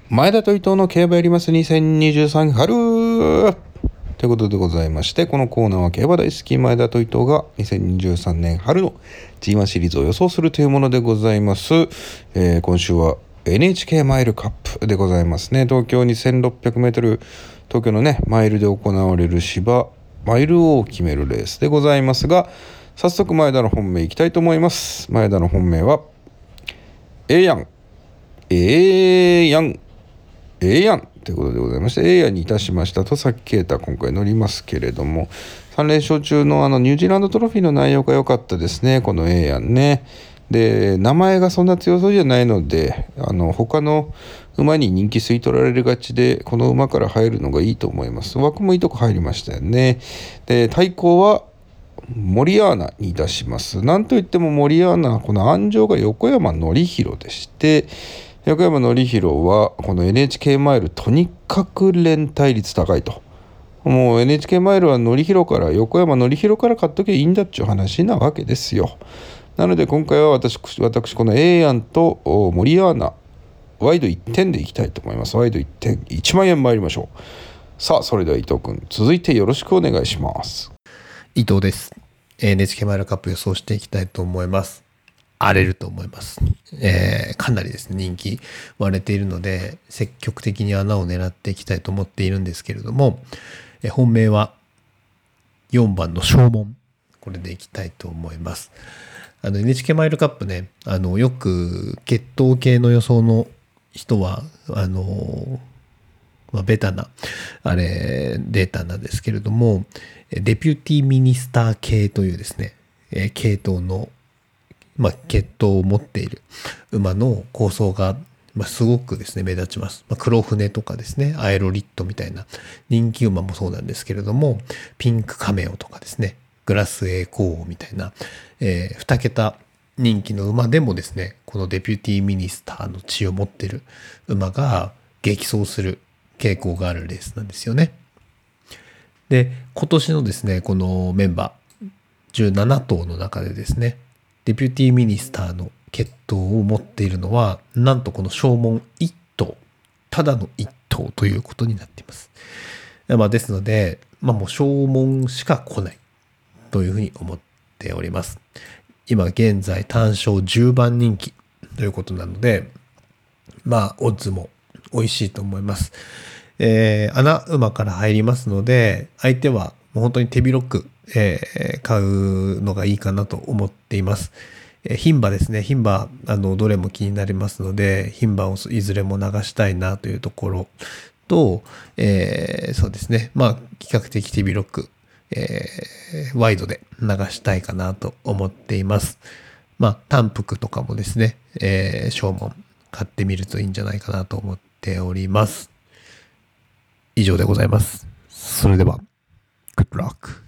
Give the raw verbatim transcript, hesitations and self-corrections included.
前田と伊藤の競馬やりますにせんにじゅうさん春ということでございまして、このコーナーは競馬大好き前田と伊藤がにせんにじゅうさんねん春の ジーワン シリーズを予想するというものでございます。えー、今週は エヌエイチケー マイルカップでございますね。東京にせんろっぴゃくメートル、東京のねマイルで行われる芝マイルを決めるレースでございますが、早速前田の本命いきたいと思います。前田の本命はエーヤンエーヤンええやんということでございまして、ええやんにいたしました戸崎啓太、今回乗りますけれども、さん連勝中のあのニュージーランドトロフィーの内容が良かったですね、このええやんね。で、名前がそんな強そうじゃないので、あの他の馬に人気吸い取られるがちで、この馬から入るのがいいと思います。枠もいいとこ入りましたよね。で、対抗はモリアーナにいたします。なんといってもモリアーナはこの安城が横山典弘でして、横山典弘はこの エヌエイチケー マイルとにかく連帯率高いと。もう エヌエイチケー マイルは典弘から横山典弘から買っときゃいいんだっちゅう話なわけですよ。なので今回は私私この エーヤンとモリアーナワイドいってんでいきたいと思います。ワイドいってんいちまんえん参りましょう。さあそれでは伊藤君、続いてよろしくお願いします。 伊藤です。エヌエイチケー マイルカップ予想していきたいと思います。荒れると思います。えー、かなりですね、人気割れているので、積極的に穴を狙っていきたいと思っているんですけれども、え本命はよんばんの正門。これでいきたいと思います。あの エヌエイチケー マイルカップね、あの、よく血統系の予想の人は、あの、まあ、ベタな、あれ、データなんですけれども、デピューティミニスター系というですね、え系統のまあ、血統を持っている馬の構想が、まあ、すごくですね、目立ちます。まあ、黒船とかですね、アエロリットみたいな人気馬もそうなんですけれども、ピンクカメオとかですね、グラスエーコーみたいな、えー、に桁人気の馬でもですね、このデピューティミニスターの血を持っている馬が激走する傾向があるレースなんですよね。で、今年のですね、このメンバー、じゅうなな頭の中でですね、デピューティミニスターの血統を持っているのは、なんとこの正門いち頭、ただのいち頭ということになっています。まあ、ですので、まあもう正門しか来ないというふうに思っております。今現在単勝じゅうばん人気ということなので、まあオッズも美味しいと思います。えー、穴馬から入りますので、相手はもう本当に手広くえー、買うのがいいかなと思っています。えー、牝馬ですね。牝馬、あの、どれも気になりますので、牝馬をいずれも流したいなというところと、えー、そうですね。まあ、比較的手広く、えー、ワイドで流したいかなと思っています。まあ、単服とかもですね、えー、正門買ってみるといいんじゃないかなと思っております。以上でございます。それでは、Good luck!